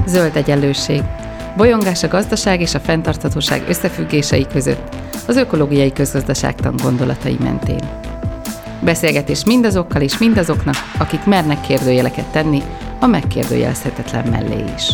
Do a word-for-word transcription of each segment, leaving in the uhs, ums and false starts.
Zöld egyenlőség. Bolyongás a gazdaság és a fenntarthatóság összefüggései között, az ökológiai közgazdaságtan gondolatai mentén. Beszélgetés mindazokkal és mindazoknak, akik mernek kérdőjeleket tenni a megkérdőjelezhetetlen mellé is.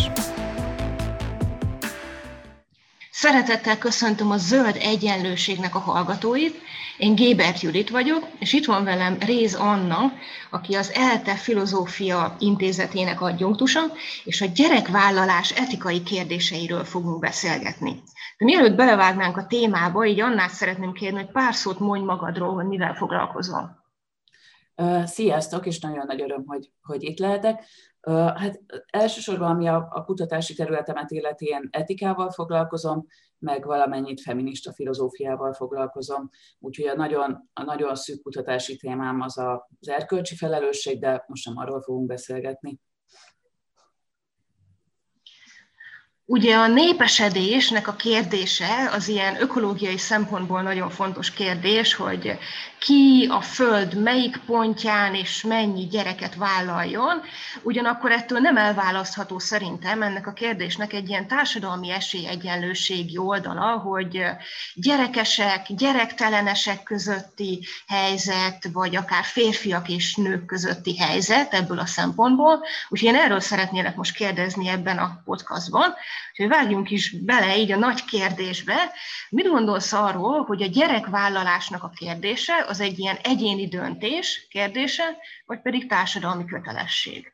Szeretettel köszöntöm a Zöld Egyenlőségnek a hallgatóit. Én Gébert Judit vagyok, és itt van velem Réz Anna, aki az ELTE Filozófia Intézetének adjunktusa, és a gyerekvállalás etikai kérdéseiről fogunk beszélgetni. De mielőtt belevágnánk a témába, így Annát szeretném kérni, hogy pár szót mondj magadról, hogy mivel foglalkozol. Sziasztok, és nagyon nagy öröm, hogy, hogy itt lehetek. Hát elsősorban, ami a, a kutatási területemet illeti, én etikával foglalkozom, meg valamennyit feminista filozófiával foglalkozom. Úgyhogy a nagyon, a nagyon szűk kutatási témám az a, az erkölcsi felelősség, de most sem arról fogunk beszélgetni. Ugye a népesedésnek a kérdése az ilyen ökológiai szempontból nagyon fontos kérdés, hogy ki a Föld melyik pontján és mennyi gyereket vállaljon. Ugyanakkor ettől nem elválasztható szerintem ennek a kérdésnek egy ilyen társadalmi esélyegyenlőségi oldala, hogy gyerekesek, gyerektelenesek közötti helyzet, vagy akár férfiak és nők közötti helyzet ebből a szempontból. Úgyhogy én erről szeretnélek most kérdezni ebben a podcastban. Úgyhogy vágjunk is bele így a nagy kérdésbe. Mit gondolsz arról, hogy a gyerekvállalásnak a kérdése az egy ilyen egyéni döntés kérdése, vagy pedig társadalmi kötelesség?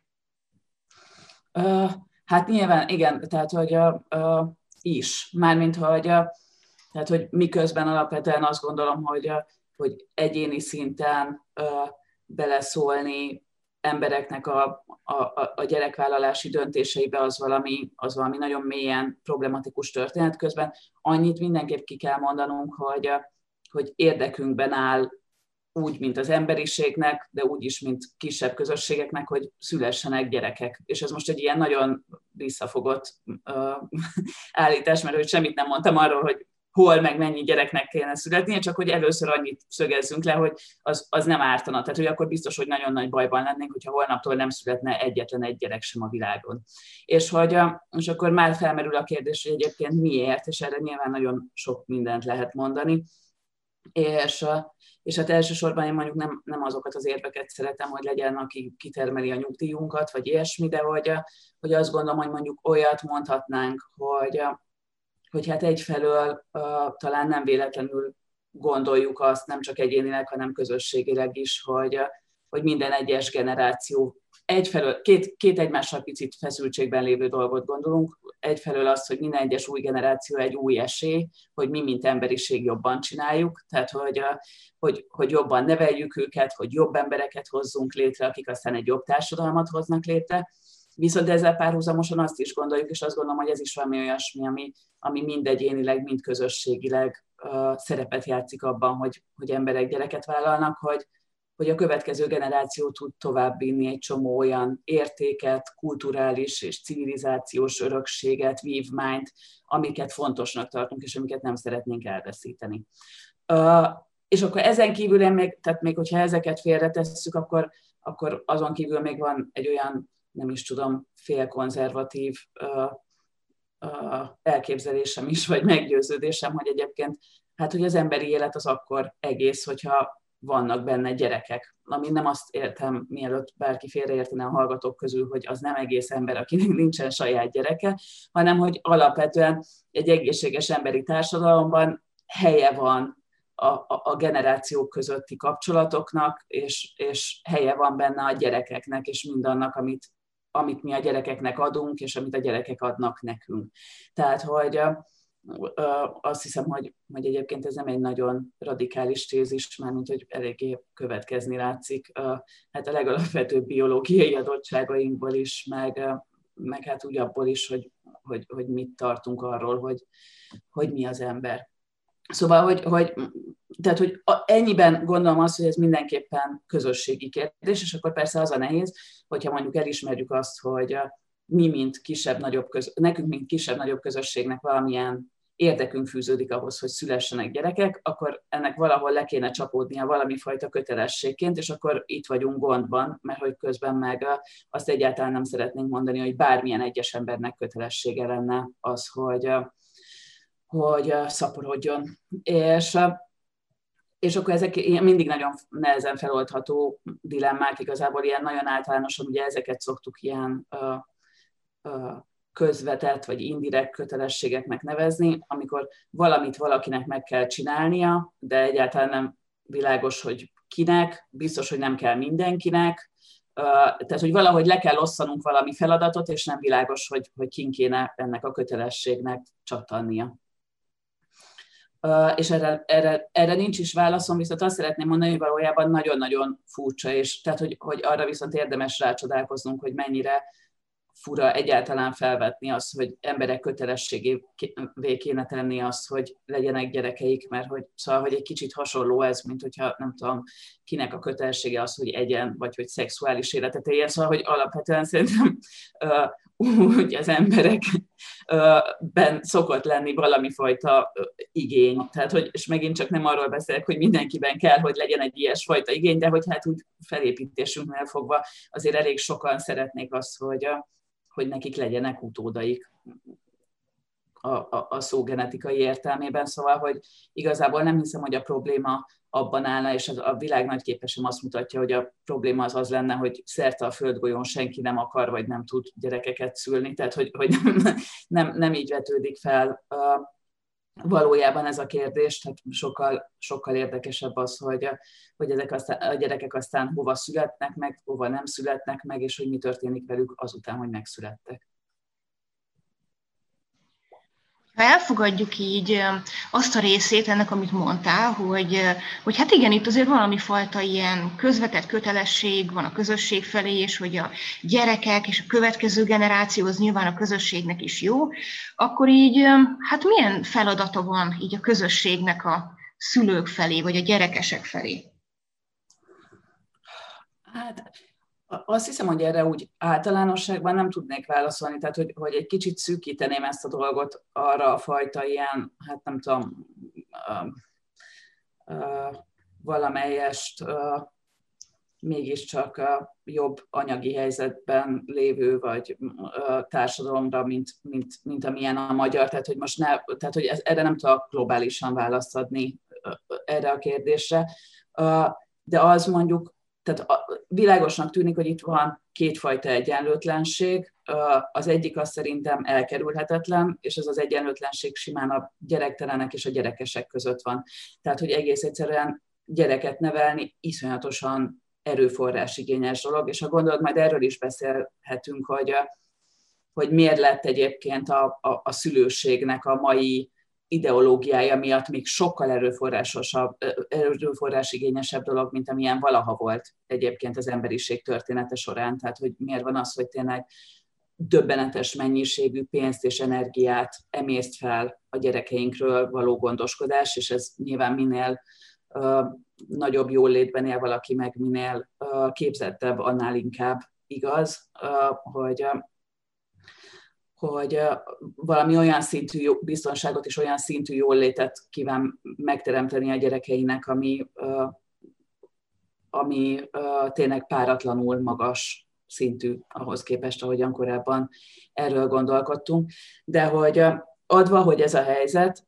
Uh, hát nyilván igen, tehát hogy uh, uh, is, mármint hogy, uh, tehát, hogy miközben alapvetően azt gondolom, hogy, uh, hogy egyéni szinten uh, beleszólni embereknek a, a, a gyerekvállalási döntéseibe az valami, az valami nagyon mélyen problematikus történet. Közben annyit mindenképp ki kell mondanunk, hogy, hogy érdekünkben áll úgy, mint az emberiségnek, de úgy is, mint kisebb közösségeknek, hogy szülessenek gyerekek. És ez most egy ilyen nagyon visszafogott uh, állítás, mert hogy semmit nem mondtam arról, hogy hol meg mennyi gyereknek kellene születnie, csak hogy először annyit szögezzünk le, hogy az, az nem ártana. Tehát, hogy akkor biztos, hogy nagyon nagy bajban lennénk, hogyha holnaptól nem születne egyetlen egy gyerek sem a világon. És, hogy, és akkor már felmerül a kérdés, hogy egyébként miért, és erre nyilván nagyon sok mindent lehet mondani. És, és hát elsősorban én mondjuk nem, nem azokat az érveket szeretem, hogy legyen, aki kitermeli a nyugdíjunkat, vagy ilyesmi, de hogy, hogy azt gondolom, hogy mondjuk olyat mondhatnánk, hogy hogy hát egyfelől uh, talán nem véletlenül gondoljuk azt, nem csak egyénileg, hanem közösségileg is, hogy, uh, hogy minden egyes generáció egyfelől, két, két egymással picit feszültségben lévő dolgot gondolunk, egyfelől azt, hogy minden egyes új generáció egy új esély, hogy mi, mint emberiség jobban csináljuk, tehát hogy, uh, hogy, hogy jobban neveljük őket, hogy jobb embereket hozzunk létre, akik aztán egy jobb társadalmat hoznak létre. Viszont ezzel párhuzamosan azt is gondoljuk, és azt gondolom, hogy ez is valami olyasmi, ami, ami mind egyénileg, mind közösségileg uh, szerepet játszik abban, hogy, hogy emberek gyereket vállalnak, hogy, hogy a következő generáció tud továbbvinni egy csomó olyan értéket, kulturális és civilizációs örökséget, vívmányt, amiket fontosnak tartunk, és amiket nem szeretnénk elveszíteni. Uh, és akkor ezen kívül, én még, tehát még hogyha ezeket félretesszük, akkor, akkor azon kívül még van egy olyan, nem is tudom, félkonzervatív uh, uh, elképzelésem is, vagy meggyőződésem, hogy egyébként, hát, hogy az emberi élet az akkor egész, hogyha vannak benne gyerekek. Ami nem azt értem, mielőtt bárki félreértene a hallgatók közül, hogy az nem egész ember, akinek nincsen saját gyereke, hanem hogy alapvetően egy egészséges emberi társadalomban helye van a, a, a generációk közötti kapcsolatoknak, és, és helye van benne a gyerekeknek, és mindannak, amit amit mi a gyerekeknek adunk, és amit a gyerekek adnak nekünk. Tehát, hogy azt hiszem, hogy, hogy egyébként ez nem egy nagyon radikális tézis, mármint, hogy eléggé következni látszik. Hát a legalapvetőbb biológiai adottságainkból is, meg, meg hát úgy abból is, hogy, hogy, hogy mit tartunk arról, hogy, hogy mi az ember. Szóval, hogy, hogy, tehát, hogy ennyiben gondolom azt, hogy ez mindenképpen közösségi kérdés, és akkor persze az a nehéz, hogyha mondjuk elismerjük azt, hogy mi, mint kisebb-nagyobb közösség, nekünk, mint kisebb-nagyobb közösségnek valamilyen érdekünk fűződik ahhoz, hogy szülessenek gyerekek, akkor ennek valahol le kéne csapódnia valami fajta kötelességként, és akkor itt vagyunk gondban, mert hogy közben meg azt egyáltalán nem szeretnénk mondani, hogy bármilyen egyes embernek kötelessége lenne az, hogy, hogy szaporodjon. És, és akkor ezek mindig nagyon nehezen feloldható dilemmák, igazából ilyen nagyon általánosan, ugye ezeket szoktuk ilyen közvetett vagy indirekt kötelességeknek nevezni, amikor valamit valakinek meg kell csinálnia, de egyáltalán nem világos, hogy kinek, biztos, hogy nem kell mindenkinek, tehát, hogy valahogy le kell osszanunk valami feladatot, és nem világos, hogy, hogy kin kéne ennek a kötelességnek csattannia. És erre, erre, erre nincs is válaszom, viszont azt szeretném mondani, hogy valójában nagyon-nagyon furcsa, és tehát, hogy, hogy arra viszont érdemes rácsodálkoznunk, hogy mennyire fura egyáltalán felvetni azt, hogy emberek kötelességévé kéne tenni azt, hogy legyenek gyerekeik, mert hogy, szóval, hogy egy kicsit hasonló ez, mint hogyha nem tudom, kinek a kötelessége az, hogy egyen, vagy hogy szexuális életet éljen, szóval, hogy alapvetően szerintem úgy az emberekben szokott lenni valami fajta igény, tehát, hogy, és megint csak nem arról beszélek, hogy mindenkiben kell, hogy legyen egy ilyesfajta igény, de hogy hát úgy felépítésünknél fogva azért elég sokan szeretnék azt, hogy hogy nekik legyenek utódaik a, a, a szó genetikai értelmében. Szóval, hogy igazából nem hiszem, hogy a probléma abban állna, és a világ nagy képe sem azt mutatja, hogy a probléma az az lenne, hogy szerte a földgolyón senki nem akar, vagy nem tud gyerekeket szülni, tehát hogy, hogy nem, nem, nem így vetődik fel valójában ez a kérdés, tehát sokkal, sokkal érdekesebb az, hogy, hogy ezek aztán, a gyerekek aztán hova születnek meg, hova nem születnek meg, és hogy mi történik velük azután, hogy megszülettek. Ha elfogadjuk így azt a részét ennek, amit mondtál, hogy, hogy hát igen, itt azért valami fajta ilyen közvetett kötelesség van a közösség felé, és hogy a gyerekek és a következő generációhoz nyilván a közösségnek is jó, akkor így hát milyen feladata van így a közösségnek a szülők felé, vagy a gyerekesek felé? Hát azt hiszem, hogy erre úgy általánosságban nem tudnék válaszolni, tehát hogy, hogy egy kicsit szűkíteném ezt a dolgot arra a fajta ilyen, hát nem tudom, uh, uh, valamelyest uh, mégiscsak uh, jobb anyagi helyzetben lévő vagy uh, társadalomra, mint, mint, mint amilyen a magyar, tehát hogy most ne, tehát hogy ez, erre nem tudok globálisan választ adni uh, erre a kérdésre, uh, de az mondjuk, tehát világosnak tűnik, hogy itt van kétfajta egyenlőtlenség. Az egyik az szerintem elkerülhetetlen, és ez az egyenlőtlenség simán a gyerektelenek és a gyerekesek között van. Tehát, hogy egész egyszerűen gyereket nevelni iszonyatosan erőforrásigényes dolog, és ha gondolod, majd erről is beszélhetünk, hogy, hogy miért lett egyébként a, a, a szülőségnek a mai ideológiája miatt még sokkal erőforrásosabb, erőforrásigényesebb dolog, mint amilyen valaha volt egyébként az emberiség története során. Tehát, hogy miért van az, hogy tényleg döbbenetes mennyiségű pénzt és energiát emészt fel a gyerekeinkről való gondoskodás, és ez nyilván minél uh, nagyobb jólétben él valaki, meg minél uh, képzettebb, annál inkább igaz, uh, hogy uh, hogy valami olyan szintű biztonságot és olyan szintű jólétet kíván megteremteni a gyerekeinek, ami, ami tényleg páratlanul magas szintű ahhoz képest, ahogyan korábban erről gondolkodtunk. De hogy adva, hogy ez a helyzet,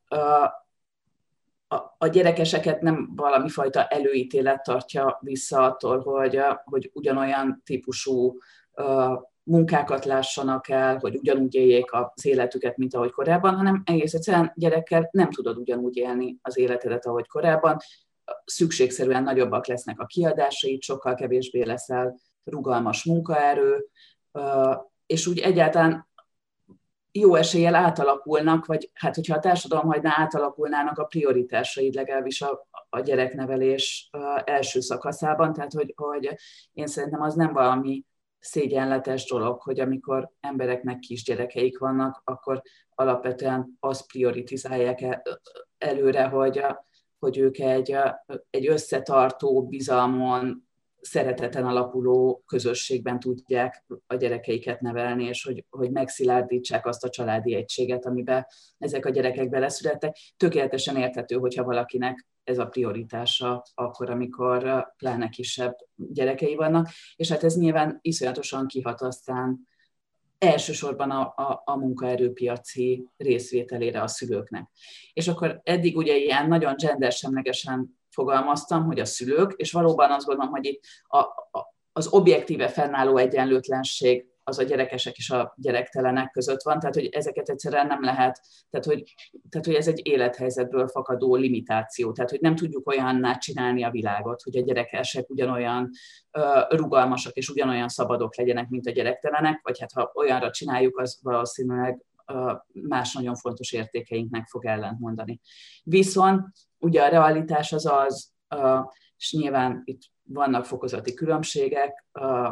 a gyerekeseket nem valami fajta előítélet tartja vissza attól, hogy, hogy ugyanolyan típusú munkákat lássanak el, hogy ugyanúgy éljék az életüket, mint ahogy korábban, hanem egész egyszerűen gyerekkel nem tudod ugyanúgy élni az életedet, ahogy korábban. Szükségszerűen nagyobbak lesznek a kiadásaid, sokkal kevésbé leszel rugalmas munkaerő, és úgy egyáltalán jó eséllyel átalakulnak, vagy hát hogyha a társadalom hagyná, átalakulnának a prioritásaid legalábbis a, a gyereknevelés első szakaszában, tehát hogy, hogy én szerintem az nem valami szégyenletes dolog, hogy amikor embereknek kisgyerekeik vannak, akkor alapvetően azt prioritizálják előre, hogy, hogy ők egy, egy összetartó, bizalmon, szereteten alapuló közösségben tudják a gyerekeiket nevelni, és hogy, hogy megszilárdítsák azt a családi egységet, amiben ezek a gyerekek beleszülettek. Tökéletesen érthető, hogyha valakinek ez a prioritása akkor, amikor pláne kisebb gyerekei vannak, és hát ez nyilván iszonyatosan kihat aztán elsősorban a, a, a munkaerőpiaci részvételére a szülőknek. És akkor eddig ugye ilyen nagyon gendersemlegesen fogalmaztam, hogy a szülők, és valóban azt gondolom, hogy itt a, a, az objektíve fennálló egyenlőtlenség az a gyerekesek és a gyerektelenek között van, tehát hogy ezeket egyszerűen nem lehet, tehát hogy, tehát hogy ez egy élethelyzetből fakadó limitáció, tehát hogy nem tudjuk olyanná csinálni a világot, hogy a gyerekesek ugyanolyan uh, rugalmasak és ugyanolyan szabadok legyenek, mint a gyerektelenek, vagy hát ha olyanra csináljuk, az valószínűleg uh, más nagyon fontos értékeinknek fog ellentmondani. Viszont ugye a realitás az az, uh, és nyilván itt vannak fokozati különbségek, uh,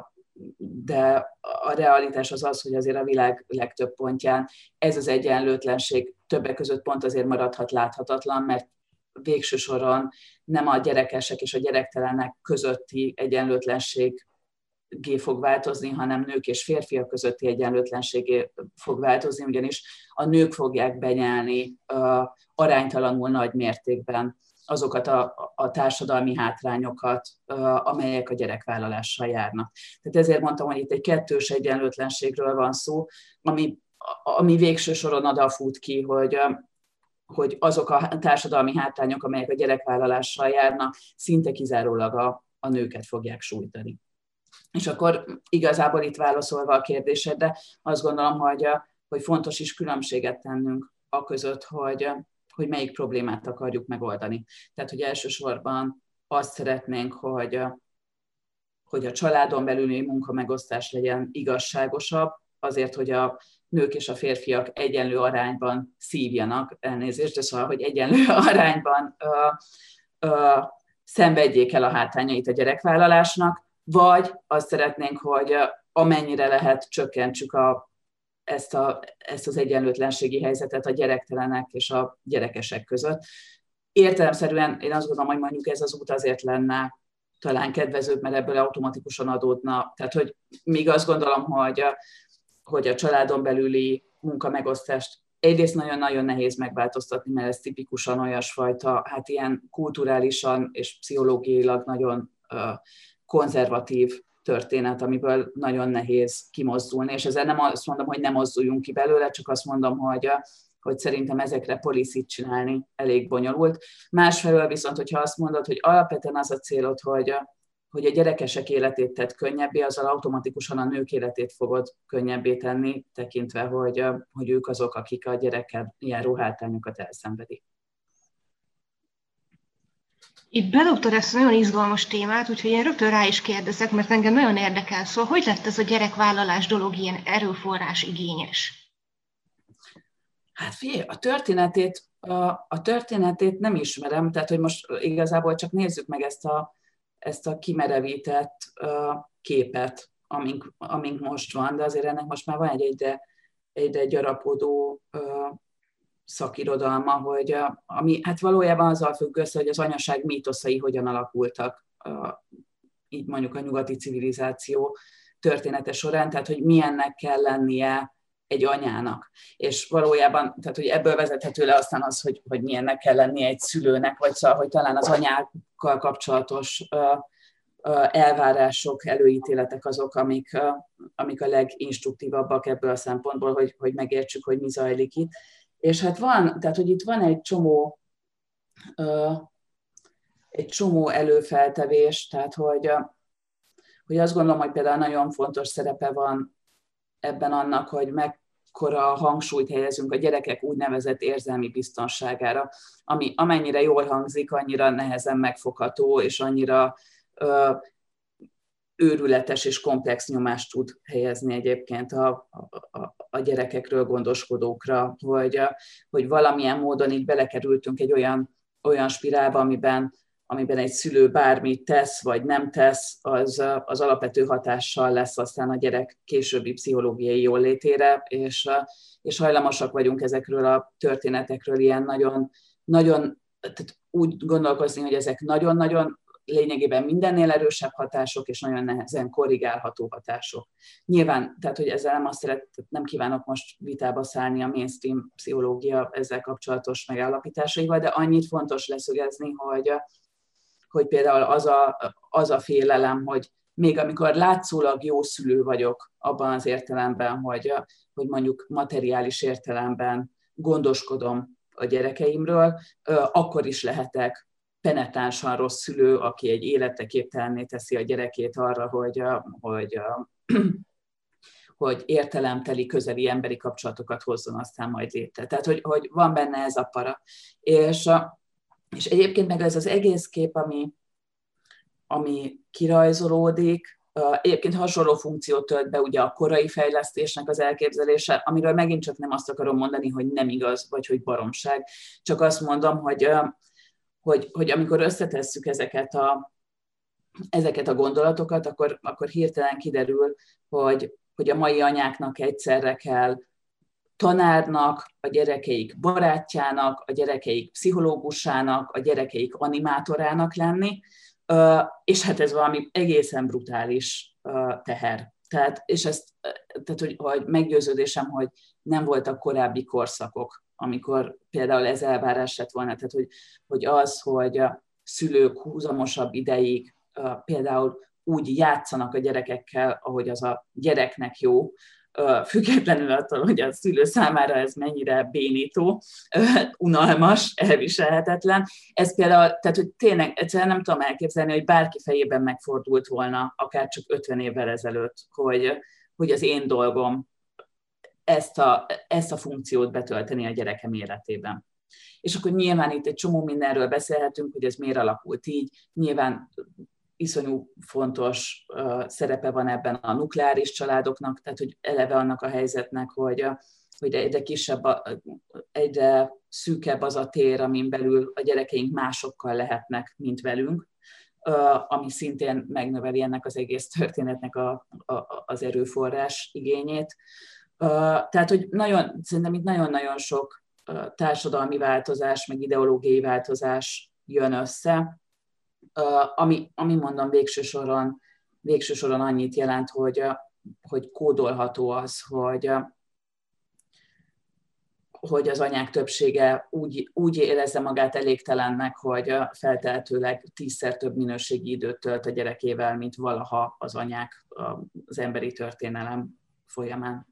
de a realitás az az, hogy azért a világ legtöbb pontján ez az egyenlőtlenség többek között pont azért maradhat láthatatlan, mert végső soron nem a gyerekesek és a gyerektelenek közötti egyenlőtlenségé fog változni, hanem nők és férfiak közötti egyenlőtlenségé fog változni, ugyanis a nők fogják benyelni uh, aránytalanul nagy mértékben azokat a, a társadalmi hátrányokat, uh, amelyek a gyerekvállalással járnak. Tehát ezért mondtam, hogy itt egy kettős egyenlőtlenségről van szó, ami, ami végső soron oda fut ki, hogy, uh, hogy azok a társadalmi hátrányok, amelyek a gyerekvállalással járnak, szinte kizárólag a, a nőket fogják sújtani. És akkor igazából itt válaszolva a kérdésedre, azt gondolom, hogy, uh, hogy fontos is különbséget tennünk a között, hogy uh, hogy melyik problémát akarjuk megoldani. Tehát, hogy elsősorban azt szeretnénk, hogy, hogy a családon belüli munkamegosztás legyen igazságosabb, azért, hogy a nők és a férfiak egyenlő arányban szívjanak, elnézést, de szóval, hogy egyenlő arányban ö, ö, szenvedjék el a hátrányait a gyerekvállalásnak, vagy azt szeretnénk, hogy amennyire lehet csökkentsük a Ezt, a, ezt az egyenlőtlenségi helyzetet a gyerektelenek és a gyerekesek között. Értelemszerűen én azt gondolom, hogy mondjuk ez az út azért lenne talán kedvezőbb, mert ebből automatikusan adódna. Tehát, hogy még azt gondolom, hogy a, hogy a családon belüli munkamegosztást egyrészt nagyon-nagyon nehéz megváltoztatni, mert ez tipikusan olyasfajta, hát ilyen kulturálisan és pszichológiailag nagyon uh, konzervatív történet, amiből nagyon nehéz kimozdulni, és ezzel nem azt mondom, hogy nem mozduljunk ki belőle, csak azt mondom, hogy, hogy szerintem ezekre policy-t csinálni elég bonyolult. Másfelől viszont, hogyha azt mondod, hogy alapvetően az a célod, hogy, hogy a gyerekesek életét tett könnyebbé, azzal automatikusan a nők életét fogod könnyebbé tenni, tekintve, hogy, hogy ők azok, akik a gyerekkel járó hátrányokat elszenvedik. Itt bedobtad ezt a nagyon izgalmas témát, úgyhogy én rögtön rá is kérdezek, mert engem nagyon érdekel. Szóval hogy lett ez a gyerekvállalás dolog ilyen erőforrás igényes? Hát figyelj, a történetét, a történetét nem ismerem, tehát hogy most igazából csak nézzük meg ezt a, ezt a kimerevített képet, amink, amink most van, de azért ennek most már van egy egyre, egyre gyarapodó szakirodalma, hogy ami hát valójában azzal függ össze, hogy az anyaság mítoszai hogyan alakultak, így mondjuk a nyugati civilizáció története során, tehát hogy milyennek kell lennie egy anyának. És valójában, tehát hogy ebből vezethető le aztán az, hogy, hogy milyennek kell lennie egy szülőnek, vagy szóval, hogy talán az anyákkal kapcsolatos elvárások, előítéletek azok, amik, amik a leginstruktívabbak ebből a szempontból, hogy, hogy megértsük, hogy mi zajlik itt. És hát van, tehát hogy itt van egy csomó, egy csomó előfeltevés, tehát hogy, hogy azt gondolom, hogy például nagyon fontos szerepe van ebben annak, hogy mekkora hangsúlyt helyezünk a gyerekek úgynevezett érzelmi biztonságára, ami amennyire jól hangzik, annyira nehezen megfogható, és annyira ö, őrületes és komplex nyomást tud helyezni egyébként a, a, a gyerekekről gondoskodókra, hogy, hogy valamilyen módon így belekerültünk egy olyan, olyan spirálba, amiben, amiben egy szülő bármit tesz, vagy nem tesz, az, az alapvető hatással lesz aztán a gyerek későbbi pszichológiai jólétére, és, és hajlamosak vagyunk ezekről a történetekről ilyen nagyon, nagyon tehát úgy gondolkozni, hogy ezek nagyon-nagyon lényegében mindennél erősebb hatások, és nagyon nehezen korrigálható hatások. Nyilván, tehát hogy ezzel nem azt szeret, nem kívánok most vitába szállni a mainstream pszichológia ezzel kapcsolatos megállapításaival, de annyit fontos leszögezni, hogy, hogy például az a, az a félelem, hogy még amikor látszólag jó szülő vagyok abban az értelemben, hogy, hogy mondjuk materiális értelemben gondoskodom a gyerekeimről, akkor is lehetek penetránsan rossz szülő, aki egy életre képtelenné teszi a gyerekét arra, hogy, hogy, hogy értelemteli, közeli emberi kapcsolatokat hozzon aztán majd létre. Tehát, hogy, hogy van benne ez a para. És, és egyébként meg ez az egész kép, ami, ami kirajzolódik, egyébként hasonló funkciót tölt be ugye a korai fejlesztésnek az elképzelése, amiről megint csak nem azt akarom mondani, hogy nem igaz, vagy hogy baromság, csak azt mondom, hogy, hogy, hogy amikor összetesszük ezeket a, ezeket a gondolatokat, akkor, akkor hirtelen kiderül, hogy, hogy a mai anyáknak egyszerre kell tanárnak, a gyerekeik barátjának, a gyerekeik pszichológusának, a gyerekeik animátorának lenni, és hát ez valami egészen brutális teher. Tehát, és ezt, tehát, hogy, hogy meggyőződésem, hogy nem voltak korábbi korszakok, amikor például ez elvárás lett volna. Tehát, hogy, hogy az, hogy a szülők húzamosabb ideig például úgy játszanak a gyerekekkel, ahogy az a gyereknek jó, függetlenül attól, hogy a szülő számára ez mennyire bénító, unalmas, elviselhetetlen. Ez például, tehát hogy tényleg egyszerűen nem tudom elképzelni, hogy bárki fejében megfordult volna, akár csak ötven évvel ezelőtt, hogy, hogy az én dolgom ezt a, ezt a funkciót betölteni a gyerekem életében. És akkor nyilván itt egy csomó mindenről beszélhetünk, hogy ez miért alakult így. Nyilván iszonyú fontos uh, szerepe van ebben a nukleáris családoknak, tehát hogy eleve annak a helyzetnek, hogy, uh, hogy egyre kisebb, a, egyre szűkebb az a tér, amin belül a gyerekeink másokkal lehetnek, mint velünk, uh, ami szintén megnöveli ennek az egész történetnek a, a, az erőforrás igényét. Uh, tehát, hogy nagyon, szerintem itt nagyon-nagyon sok uh, társadalmi változás, meg ideológiai változás jön össze, Uh, ami, ami mondom végső soron, végső soron annyit jelent, hogy, uh, hogy kódolható az, hogy, uh, hogy az anyák többsége úgy, úgy érezze magát elégtelennek, hogy uh, feltehetőleg tízszer több minőségi időt tölt a gyerekével, mint valaha az anyák uh, az emberi történelem folyamán.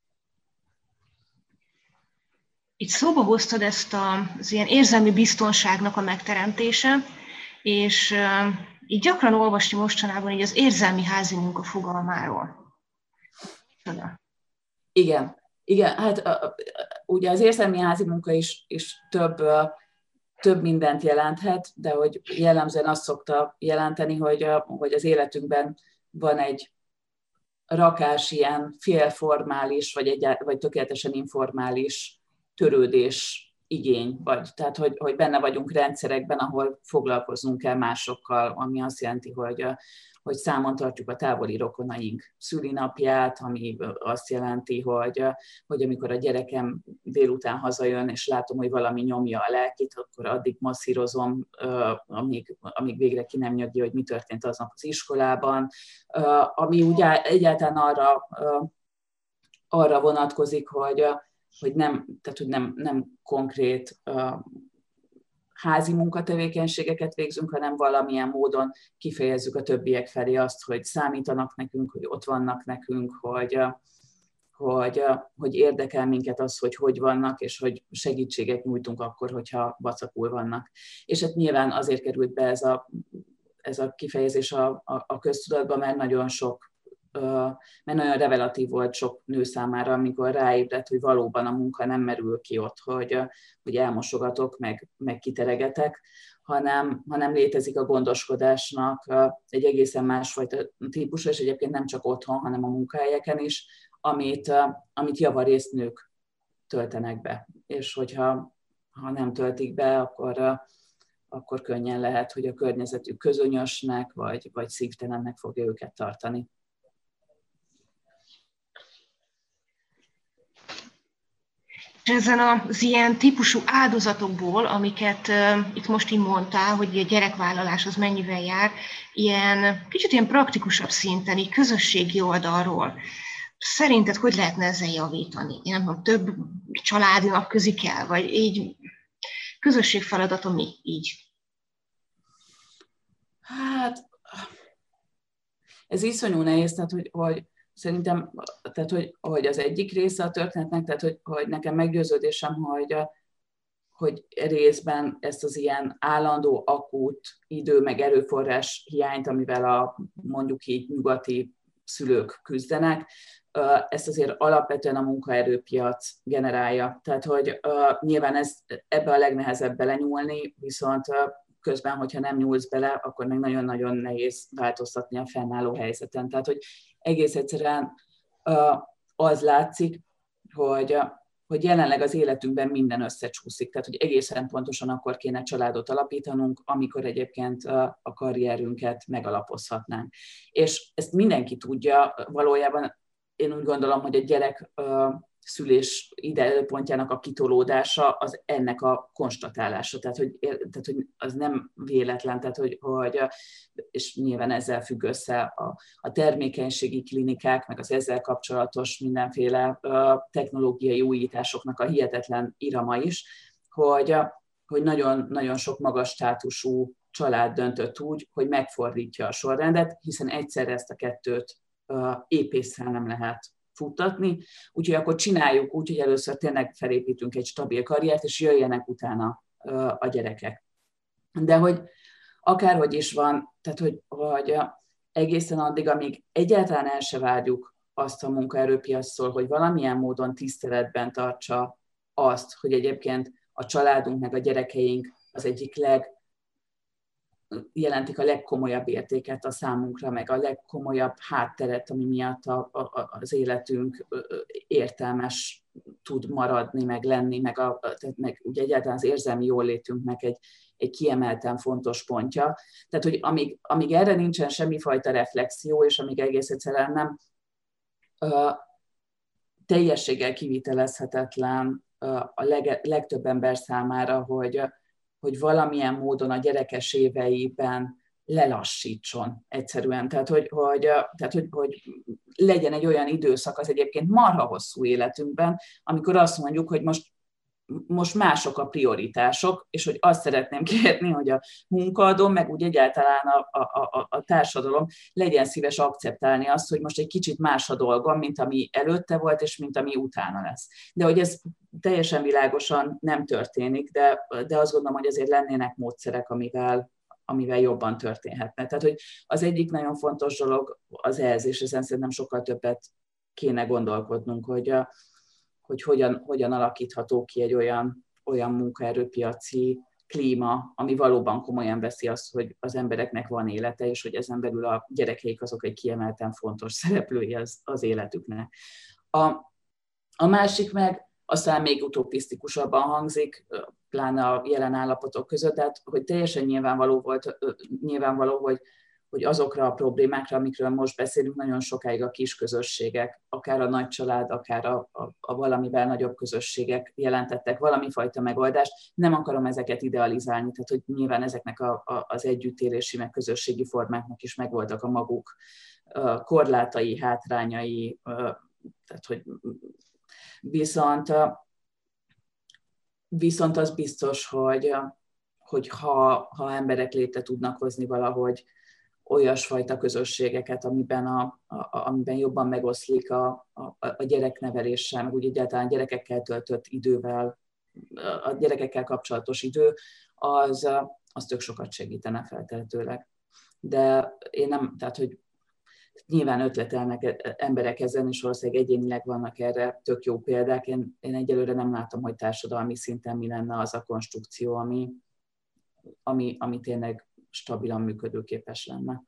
Itt szóba hoztad ezt az ilyen érzelmi biztonságnak a megteremtése, és uh, így gyakran olvasni mostanában így az érzelmi házi munka fogalmáról. Csoda. Igen, igen, hát uh, ugye az érzelmi házi munka is, is több, uh, több mindent jelenthet, de hogy jellemzően azt szokta jelenteni, hogy, uh, hogy az életünkben van egy rakás ilyen félformális, vagy, egy, vagy tökéletesen informális törődés igény, vagy tehát, hogy, hogy benne vagyunk rendszerekben, ahol foglalkoznunk kell másokkal, ami azt jelenti, hogy, hogy számon tartjuk a távoli rokonaink szülinapját, ami azt jelenti, hogy, hogy amikor a gyerekem délután hazajön, és látom, hogy valami nyomja a lelkit, akkor addig masszírozom, amíg, amíg végre ki nem nyögi, hogy mi történt aznap az iskolában, ami ugye egyáltalán arra, arra vonatkozik, hogy hogy nem, tehát, hogy nem, nem konkrét uh, házi munkatevékenységeket végzünk, hanem valamilyen módon kifejezzük a többiek felé azt, hogy számítanak nekünk, hogy ott vannak nekünk, hogy, uh, hogy, uh, hogy érdekel minket az, hogy hogy vannak, és hogy segítséget nyújtunk akkor, hogyha vacakul vannak. És hát nyilván azért került be ez a, ez a kifejezés a, a, a köztudatba, mert nagyon sok mert nagyon revelatív volt sok nő számára, amikor ráébredt, hogy valóban a munka nem merül ki ott, hogy, hogy elmosogatok, meg, meg kiteregetek, hanem, hanem létezik a gondoskodásnak egy egészen másfajta típusa, és egyébként nem csak otthon, hanem a munkahelyeken is, amit, amit javarészt nők töltenek be. És hogyha ha nem töltik be, akkor, akkor könnyen lehet, hogy a környezetük közönyösnek, vagy, vagy szívtelennek fogja őket tartani. ezen az ilyen típusú áldozatokból, amiket uh, itt most így mondtál, hogy a gyerekvállalás az mennyivel jár, ilyen kicsit ilyen praktikusabb szinten, így közösségi oldalról. Szerinted hogy lehetne ezzel javítani? Én nem tudom, több családi napközi kell, vagy így közösségfeladatom mi így? Hát, ez iszonyú nehéz, tehát hogy, hogy szerintem, tehát, hogy, hogy az egyik része a történetnek, tehát hogy, hogy nekem meggyőződésem, hogy, hogy részben ezt az ilyen állandó, akut idő, meg erőforrás hiányt, amivel a mondjuk így nyugati szülők küzdenek, ezt azért alapvetően a munkaerőpiac generálja. Tehát, hogy nyilván ez, ebbe a legnehezebb belenyúlni, viszont közben, hogyha nem nyúlsz bele, akkor meg nagyon-nagyon nehéz változtatni a fennálló helyzeten. Tehát, hogy egész egyszerűen az látszik, hogy, hogy jelenleg az életünkben minden összecsúszik. Tehát, hogy egészen pontosan akkor kéne családot alapítanunk, amikor egyébként a karrierünket megalapozhatnánk. És ezt mindenki tudja, valójában én úgy gondolom, hogy a gyerek szülés időpontjának a kitolódása az ennek a konstatálása, tehát hogy, tehát, hogy az nem véletlen, tehát hogy, hogy és nyilván ezzel függ össze a, a termékenységi klinikák, meg az ezzel kapcsolatos mindenféle technológiai újításoknak a hihetetlen irama is, hogy, hogy nagyon, nagyon sok magas státusú család döntött úgy, hogy megfordítja a sorrendet, hiszen egyszerre ezt a kettőt épésszel nem lehet futtatni, úgyhogy akkor csináljuk úgy, hogy először tényleg felépítünk egy stabil karriert, és jöjjenek utána a gyerekek. De hogy akárhogy is van, tehát hogy, hogy egészen addig, amíg egyáltalán el se várjuk azt a munkaerőpiactól, hogy valamilyen módon tiszteletben tartsa azt, hogy egyébként a családunk meg a gyerekeink az egyik leg jelentik a legkomolyabb értéket a számunkra, meg a legkomolyabb hátteret, ami miatt a, a, az életünk értelmes tud maradni, meg lenni, meg, a, tehát meg ugye egyáltalán az érzelmi jólétünknek egy, egy kiemelten fontos pontja. Tehát, hogy amíg, amíg erre nincsen semmifajta reflexió, és amíg egész egyszerűen nem uh, teljességgel kivitelezhetetlen uh, a leg, legtöbb ember számára, hogy hogy valamilyen módon a gyerekes éveiben lelassítson egyszerűen. Tehát, hogy, hogy, tehát hogy, hogy legyen egy olyan időszak az egyébként marha hosszú életünkben, amikor azt mondjuk, hogy most, most mások a prioritások, és hogy azt szeretném kérni, hogy a munkaadó, meg úgy egyáltalán a, a, a, a társadalom legyen szíves akceptálni azt, hogy most egy kicsit más a dolgom, mint ami előtte volt, és mint ami utána lesz. De hogy ez teljesen világosan nem történik, de, de azt gondolom, hogy azért lennének módszerek, amivel, amivel jobban történhetne. Tehát, hogy az egyik nagyon fontos dolog az ez, és ezen szerintem sokkal többet kéne gondolkodnunk, hogy, hogy hogyan, hogyan alakítható ki egy olyan, olyan munkaerőpiaci klíma, ami valóban komolyan veszi azt, hogy az embereknek van élete, és hogy ezen belül a gyerekeik azok egy kiemelten fontos szereplői az, az életüknek. A, a másik meg aztán még utopisztikusabban hangzik, pláne a jelen állapotok között, tehát hogy teljesen nyilvánvaló volt, nyilvánvaló, hogy, hogy azokra a problémákra, amikről most beszélünk, nagyon sokáig a kis közösségek, akár a nagy család, akár a, a, a valamivel nagyobb közösségek jelentettek valami fajta megoldást. Nem akarom ezeket idealizálni, tehát hogy nyilván ezeknek a, a, az együttélési, meg közösségi formáknak is megvoltak a maguk korlátai, hátrányai, tehát hogy Viszont, viszont az biztos, hogy, hogy ha, ha emberek létre tudnak hozni valahogy olyasfajta közösségeket, amiben, a, a, amiben jobban megoszlik a, a, a gyerekneveléssel, meg úgy egyáltalán gyerekekkel töltött idővel, a gyerekekkel kapcsolatos idő, az, az tök sokat segítene feltehetőleg. De én nem, tehát hogy nyilván ötletelnek emberek ezen, és valószínűleg egyénileg vannak erre tök jó példák. Én, én egyelőre nem látom, hogy társadalmi szinten mi lenne az a konstrukció, ami, ami, ami tényleg stabilan működőképes lenne.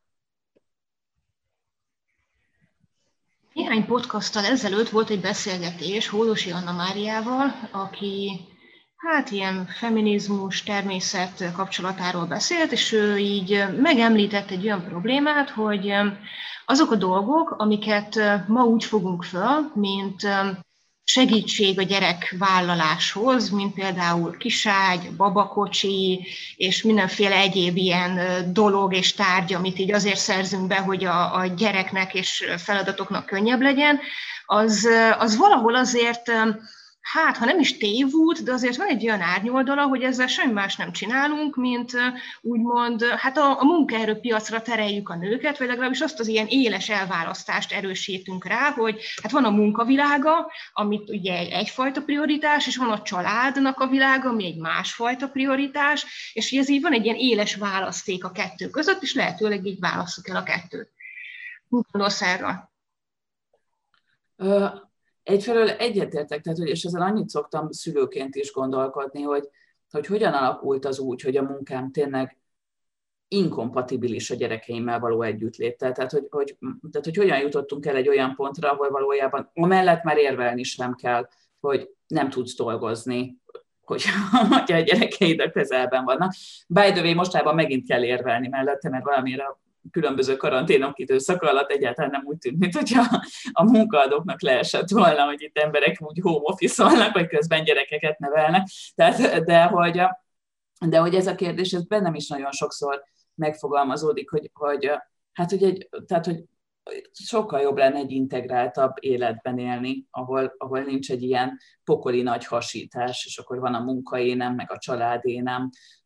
Néhány podcasttal ezelőtt volt egy beszélgetés Hódosi Anna Máriával, aki hát ilyen feminizmus, természet kapcsolatáról beszélt, és ő így megemlített egy olyan problémát, hogy azok a dolgok, amiket ma úgy fogunk föl, mint segítség a gyerekvállaláshoz, mint például kiságy, babakocsi, és mindenféle egyéb ilyen dolog és tárgy, amit így azért szerzünk be, hogy a, a gyereknek és feladatoknak könnyebb legyen, az, az valahol azért, hát ha nem is tévút, de azért van egy olyan árnyoldala, hogy ezzel semmi más nem csinálunk, mint úgymond hát a, a munkaerőpiacra tereljük a nőket, vagy legalábbis azt az ilyen éles elválasztást erősítünk rá, hogy hát van a munkavilága, amit ugye egyfajta prioritás, és van a családnak a világa, ami egy másfajta prioritás, és ez így van egy ilyen éles választék a kettő között, és lehetőleg így válasszuk el a kettőt. Mit gondolsz erről? Egyfelől egyetértek, tehát, hogy, és ezen annyit szoktam szülőként is gondolkodni, hogy, hogy hogyan alakult az úgy, hogy a munkám tényleg inkompatibilis a gyerekeimmel való együttléttel. Tehát hogy, hogy, tehát, hogy hogyan jutottunk el egy olyan pontra, ahol valójában amellett már érvelni sem kell, hogy nem tudsz dolgozni, hogy a gyerekeid a közelben vannak. By the way, mostában megint kell érvelni mellette, mert valamire a különböző karanténok időszaka alatt egyáltalán nem úgy tűnt, mint hogyha a munkaadóknak leesett volna, hogy itt emberek úgy home office-olnak, vagy közben gyerekeket nevelnek. Tehát, de, hogy, de hogy ez a kérdés, ez bennem is nagyon sokszor megfogalmazódik, hogy, hogy, hát, hogy, egy, tehát, hogy sokkal jobb lenne egy integráltabb életben élni, ahol, ahol nincs egy ilyen pokoli nagy hasítás, és akkor van a munkaénem, meg a családénem.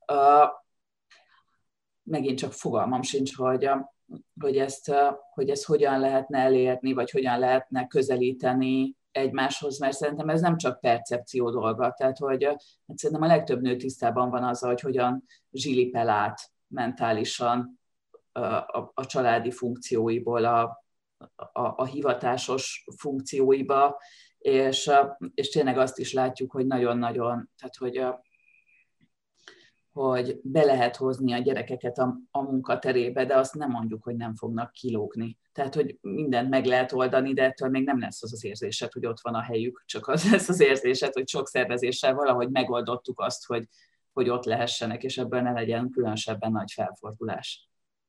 Megint csak fogalmam sincs, hogy, hogy, ezt, hogy ezt hogyan lehetne elérni, vagy hogyan lehetne közelíteni egymáshoz, mert szerintem ez nem csak percepció dolga, tehát hogy hát szerintem a legtöbb nő tisztában van azzal, hogy hogyan zsilipel át mentálisan a, a, a családi funkcióiból a, a, a hivatásos funkcióiba, és, és tényleg azt is látjuk, hogy nagyon-nagyon, tehát hogy hogy be lehet hozni a gyerekeket a, a munkaterébe, de azt nem mondjuk, hogy nem fognak kilógni. Tehát, hogy mindent meg lehet oldani, de ettől még nem lesz az az érzésed, hogy ott van a helyük, csak az lesz az érzésed, hogy sok szervezéssel valahogy megoldottuk azt, hogy, hogy ott lehessenek, és ebből ne legyen különösebben nagy felfordulás.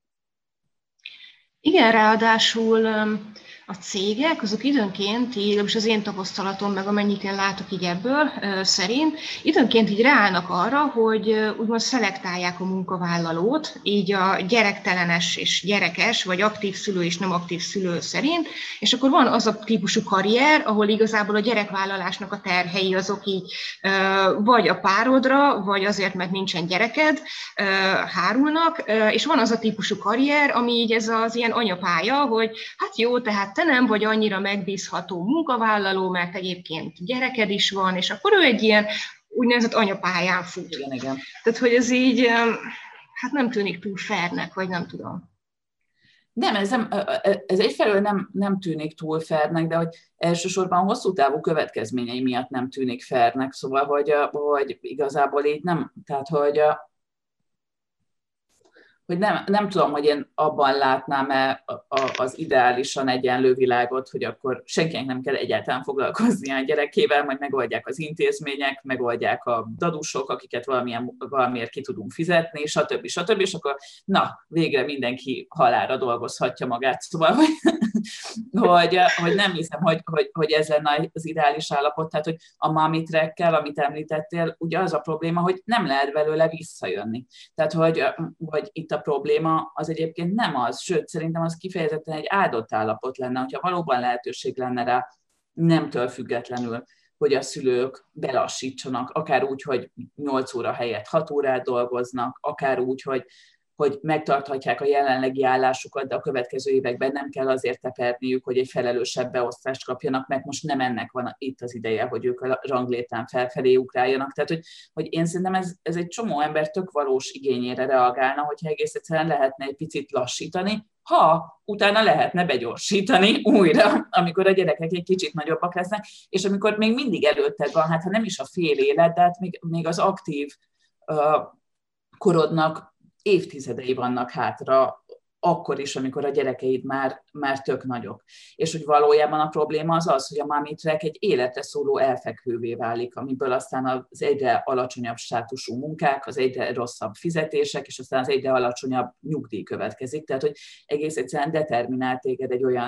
Igen, ráadásul a cégek, azok időnként, és az én tapasztalatom, meg amennyit én látok így ebből szerint, időnként így ráállnak arra, hogy úgymond szelektálják a munkavállalót, így a gyerektelenes és gyerekes, vagy aktív szülő és nem aktív szülő szerint, és akkor van az a típusú karrier, ahol igazából a gyerekvállalásnak a terhei azok így vagy a párodra, vagy azért, mert nincsen gyereked, hárulnak, és van az a típusú karrier, ami így ez az ilyen anyapálya, hogy hát jó, tehát te nem vagy annyira megbízható munkavállaló, mert egyébként gyereked is van, és akkor ő egy ilyen úgynevezett anyapályán fut. Igen, igen. Tehát, hogy ez így, hát nem tűnik túl fairnek, vagy nem tudom. Nem, ez, nem, ez egyfelől nem, nem tűnik túl fairnek, de hogy elsősorban hosszú távú következményei miatt nem tűnik fairnek, szóval, hogy, hogy igazából így nem, tehát, hogy hogy nem, nem tudom, hogy én abban látnám-e az ideálisan egyenlő világot, hogy akkor senkinek nem kell egyáltalán foglalkozni a gyerekével, majd megoldják az intézmények, megoldják a dadusok, akiket valamilyen, valamiért ki tudunk fizetni, stb. stb. És akkor na, végre mindenki halálra dolgozhatja magát. Szóval, hogy, hogy, hogy nem hiszem, hogy, hogy, hogy ez lenne az ideális állapot. Tehát, hogy a mommy trackkel, amit említettél, ugye az a probléma, hogy nem lehet belőle visszajönni. Tehát, hogy, hogy itt a probléma az egyébként nem az, sőt, szerintem az kifejezetten egy áldott állapot lenne, hogyha valóban lehetőség lenne rá nemtől függetlenül, hogy a szülők belassítsanak, akár úgy, hogy nyolc óra helyett hat órát dolgoznak, akár úgy, hogy, hogy megtarthatják a jelenlegi állásukat, de a következő években nem kell azért teperniük, hogy egy felelősebb beosztást kapjanak, mert most nem ennek van itt az ideje, hogy ők a ranglétrán felfelé ugráljanak. Tehát, hogy, hogy én szerintem ez, ez egy csomó ember tök valós igényére reagálna, hogyha egész egyszerűen lehetne egy picit lassítani, ha utána lehetne begyorsítani újra, amikor a gyerekek egy kicsit nagyobbak lesznek, és amikor még mindig előtted van, hát ha nem is a fél élet, de hát még, még az aktív uh, korodnak évtizedei vannak hátra, akkor is, amikor a gyerekeid már, már tök nagyok. És hogy valójában a probléma az az, hogy a mommy track egy életre szóló elfekvővé válik, amiből aztán az egyre alacsonyabb státusú munkák, az egyre rosszabb fizetések, és aztán az egyre alacsonyabb nyugdíj következik. Tehát, hogy egész egyszerűen determinál téged egy olyan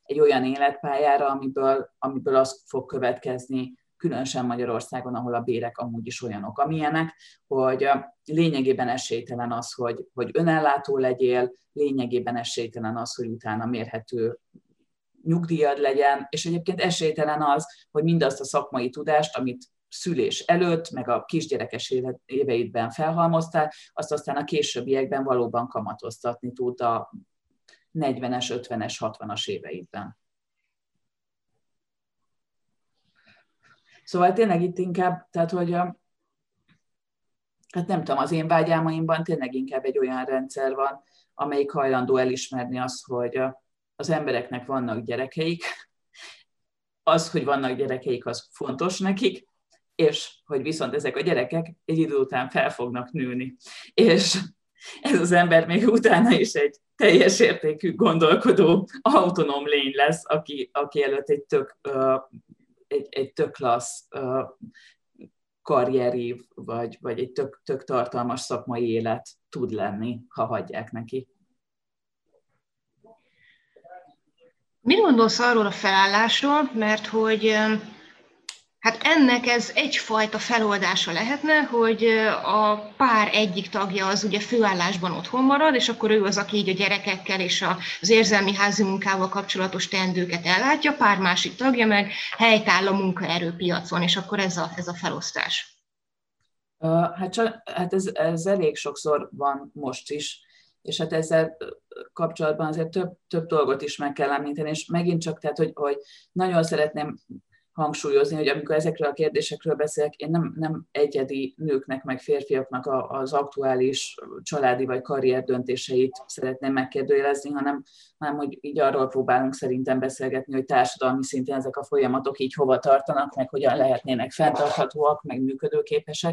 egy olyan életpályára, amiből, amiből az fog következni, különösen Magyarországon, ahol a bérek amúgy is olyanok, amilyenek, hogy lényegében esélytelen az, hogy, hogy önellátó legyél, lényegében esélytelen az, hogy utána mérhető nyugdíjad legyen, és egyébként esélytelen az, hogy mindazt a szakmai tudást, amit szülés előtt, meg a kisgyerekes éveidben felhalmoztál, azt aztán a későbbiekben valóban kamatoztatni tud a negyvenes, ötvenes, hatvanas éveidben. Szóval tényleg itt inkább, tehát hogy a, hát nem tudom, az én vágyálmaimban tényleg inkább egy olyan rendszer van, amelyik hajlandó elismerni azt, hogy az embereknek vannak gyerekeik, az, hogy vannak gyerekeik, az fontos nekik, és hogy viszont ezek a gyerekek egy idő után fel fognak nőni. És ez az ember még utána is egy teljes értékű, gondolkodó, autonóm lény lesz, aki, aki előtt egy tök, egy, egy tök klassz karrierív, vagy, vagy egy tök, tök tartalmas szakmai élet tud lenni, ha hagyják neki. Mit gondolsz arról a felállásról, mert hogy hát ennek ez egyfajta feloldása lehetne, hogy a pár egyik tagja az ugye főállásban otthon marad, és akkor ő az, aki így a gyerekekkel és az érzelmi házi munkával kapcsolatos teendőket ellátja, pár másik tagja meg helytáll a munkaerőpiacon, és akkor ez a, ez a felosztás. Hát, hát ez, ez elég sokszor van most is, és hát ezzel kapcsolatban azért több, több dolgot is meg kell említeni, és megint csak, tehát, hogy, hogy nagyon szeretném hangsúlyozni, hogy amikor ezekről a kérdésekről beszélek, én nem, nem egyedi nőknek, meg férfiaknak az aktuális családi vagy karrier döntéseit szeretném megkérdőjelezni, hanem, hanem hogy így arról próbálunk szerintem beszélgetni, hogy társadalmi szinten ezek a folyamatok így hova tartanak, meg hogyan lehetnének fenntarthatóak, meg működőképesek,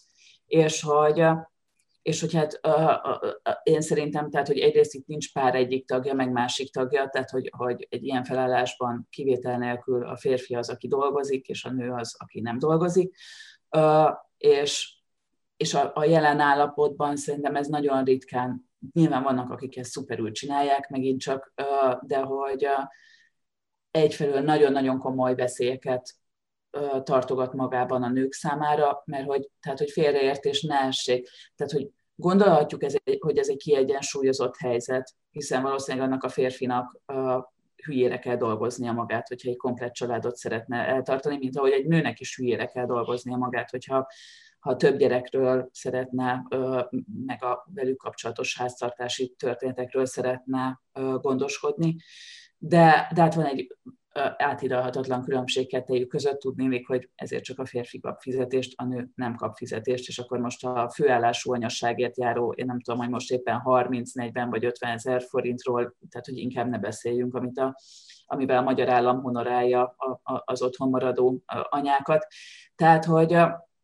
és hogy És hogy hát uh, uh, uh, én szerintem, tehát, hogy egyrészt itt nincs pár egyik tagja, meg másik tagja, tehát, hogy, hogy egy ilyen felállásban kivétel nélkül a férfi az, aki dolgozik, és a nő az, aki nem dolgozik. Uh, és és a, a jelen állapotban szerintem ez nagyon ritkán, nyilván vannak, akik ezt szuperül csinálják, megint csak, uh, de hogy uh, egyfelől nagyon-nagyon komoly veszélyeket tartogat magában a nők számára, mert hogy, tehát, hogy félreértés ne essék. Tehát, hogy gondolhatjuk, ez egy, hogy ez egy kiegyensúlyozott helyzet, hiszen valószínűleg annak a férfinak uh, hülyére kell dolgoznia magát, hogyha egy komplett családot szeretne eltartani, mint ahogy egy nőnek is hülyére kell dolgoznia magát, hogyha ha több gyerekről szeretne, uh, meg a velük kapcsolatos háztartási történetekről szeretne uh, gondoskodni. De, de hát van egy áthidalhatatlan különbség kettejük között, tudnélik, hogy ezért csak a férfi kap fizetést, a nő nem kap fizetést, és akkor most a főállású anyasságért járó, én nem tudom, hogy most éppen harminc, negyven vagy ötven ezer forintról, tehát hogy inkább ne beszéljünk, amit a, amivel a magyar állam honorálja a, a, az otthon maradó anyákat. Tehát, hogy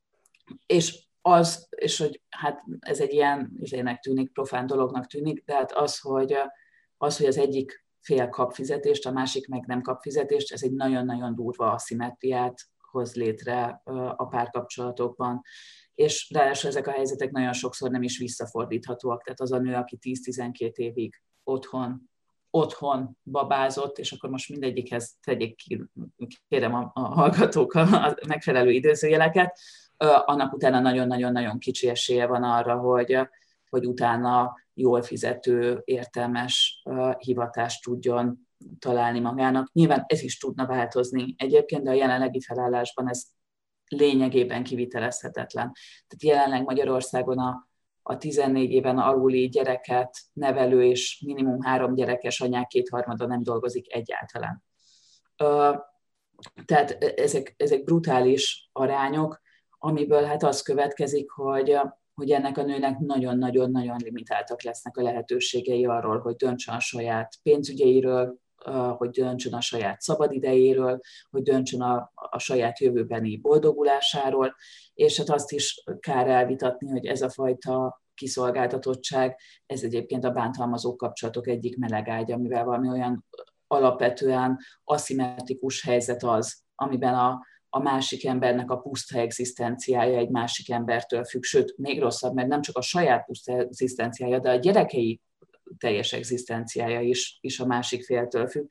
és az, és hogy hát ez egy ilyen izének tűnik, profán dolognak tűnik, de hát az, hogy az, hogy az egyik fél kap fizetést, a másik meg nem kap fizetést, ez egy nagyon-nagyon durva aszimmetriát hoz létre a párkapcsolatokban. És ráadásul ezek a helyzetek nagyon sokszor nem is visszafordíthatóak. Tehát az a nő, aki tíz-tizenkét évig otthon, otthon babázott, és akkor most mindegyikhez tegyék ki, kérem a, a hallgatók a megfelelő idézőjeleket, annak utána nagyon-nagyon-nagyon kicsi esélye van arra, hogy, hogy utána jól fizető, értelmes uh, hivatást tudjon találni magának. Nyilván ez is tudna változni egyébként, de a jelenlegi felállásban ez lényegében kivitelezhetetlen. Tehát jelenleg Magyarországon a, a tizennégy éven aluli gyereket nevelő és minimum három gyerekes anyák kétharmada nem dolgozik egyáltalán. Uh, tehát ezek, ezek brutális arányok, amiből hát az következik, hogy hogy ennek a nőnek nagyon-nagyon-nagyon limitáltak lesznek a lehetőségei arról, hogy döntsön a saját pénzügyeiről, hogy döntsön a saját szabadidejéről, hogy döntsön a, a saját jövőbeni boldogulásáról, és hát azt is kár elvitatni, hogy ez a fajta kiszolgáltatottság, ez egyébként a bántalmazó kapcsolatok egyik melegágya, amivel valami olyan alapvetően aszimmetrikus helyzet az, amiben a a másik embernek a puszta egzisztenciája egy másik embertől függ, sőt, még rosszabb, mert nem csak a saját puszta egzisztenciája, de a gyerekei teljes egzisztenciája is, is a másik féltől függ,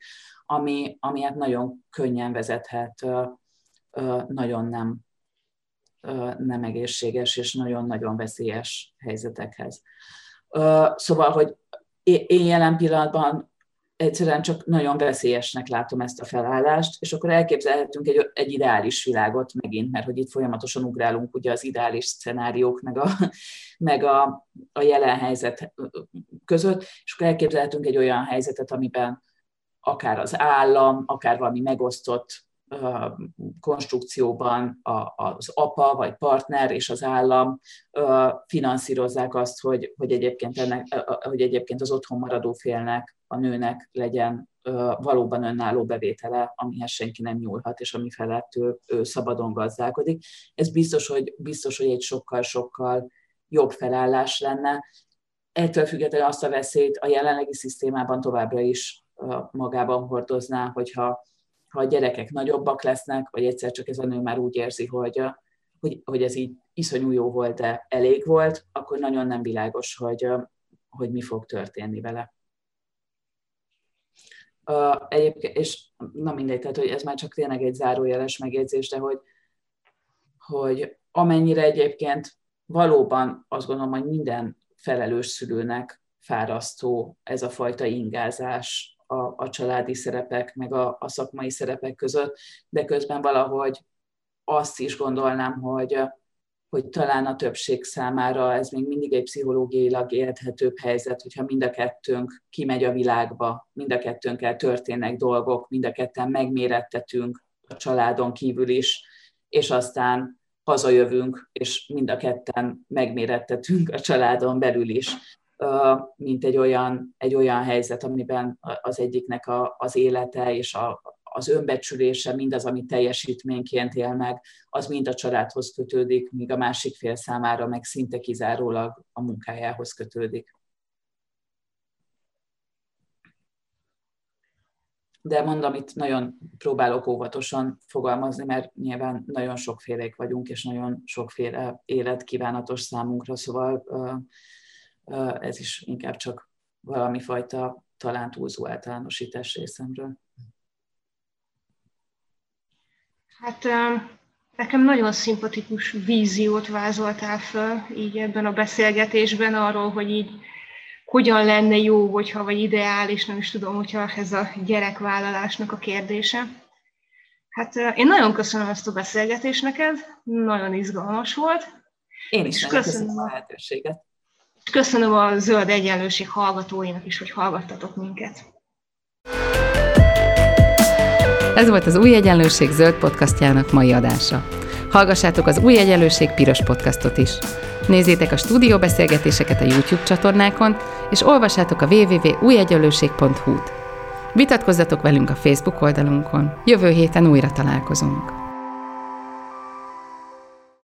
ami, ami hát nagyon könnyen vezethet nagyon nem, nem egészséges és nagyon-nagyon veszélyes helyzetekhez. Szóval, hogy én jelen pillanatban egyszerűen csak nagyon veszélyesnek látom ezt a felállást, és akkor elképzelhetünk egy, egy ideális világot megint, mert hogy itt folyamatosan ugrálunk ugye az ideális szenáriók meg a, meg a, a jelen helyzet között, és akkor elképzelhetünk egy olyan helyzetet, amiben akár az állam, akár valami megosztott uh, konstrukcióban a, az apa vagy partner és az állam uh, finanszírozzák azt, hogy, hogy, egyébként ennek, uh, hogy egyébként az otthon maradó félnek, a nőnek legyen uh, valóban önálló bevétele, amihez senki nem nyúlhat, és ami felett ő, ő szabadon gazdálkodik. Ez biztos, hogy, biztos, hogy egy sokkal-sokkal jobb felállás lenne. Ettől függetlenül azt a veszélyt a jelenlegi szisztémában továbbra is magában hordozná, hogyha ha a gyerekek nagyobbak lesznek, vagy egyszer csak ez a nő már úgy érzi, hogy, hogy, hogy ez így iszonyú jó volt, de elég volt, akkor nagyon nem világos, hogy, hogy mi fog történni vele. Egyébként, és na mindegy, tehát hogy ez már csak tényleg egy zárójeles megjegyzés, de hogy, hogy amennyire egyébként valóban azt gondolom, hogy minden felelős szülőnek fárasztó ez a fajta ingázás a, a családi szerepek, meg a, a szakmai szerepek között, de közben valahogy azt is gondolnám, hogy, hogy talán a többség számára ez még mindig egy pszichológiailag élhetőbb helyzet, hogyha mind a kettőnk kimegy a világba, mind a kettőnkkel történnek dolgok, mind a ketten megmérettetünk a családon kívül is, és aztán hazajövünk, és mind a ketten megmérettetünk a családon belül is, mint egy olyan, egy olyan helyzet, amiben az egyiknek a, az élete és a, az önbecsülése, mindaz, amit teljesítményként él meg, az mind a családhoz kötődik, míg a másik fél számára meg szinte kizárólag a munkájához kötődik. De mondom, itt nagyon próbálok óvatosan fogalmazni, mert nyilván nagyon sokfélék vagyunk, és nagyon sokféle élet kívánatos számunkra, szóval ez is inkább csak valami fajta talán túlzó általánosítás részemről. Hát nekem nagyon szimpatikus víziót vázoltál föl így ebben a beszélgetésben arról, hogy így hogyan lenne jó, hogyha, vagy ideális, nem is tudom, hogyha ez a gyerekvállalásnak a kérdése. Hát én nagyon köszönöm ezt a beszélgetést neked, nagyon izgalmas volt. Én is nagyon köszönöm a lehetőséget. Köszönöm a Zöld Egyenlőség hallgatóinak is, hogy hallgattatok minket. Ez volt az Új Egyenlőség zöld podcastjának mai adása. Hallgassátok az Új Egyenlőség piros podcastot is. Nézzétek a stúdióbeszélgetéseket a YouTube csatornákon, és olvassátok a double-u double-u double-u pont új egyenlőség pont hu-t. Vitatkozzatok velünk a Facebook oldalunkon. Jövő héten újra találkozunk.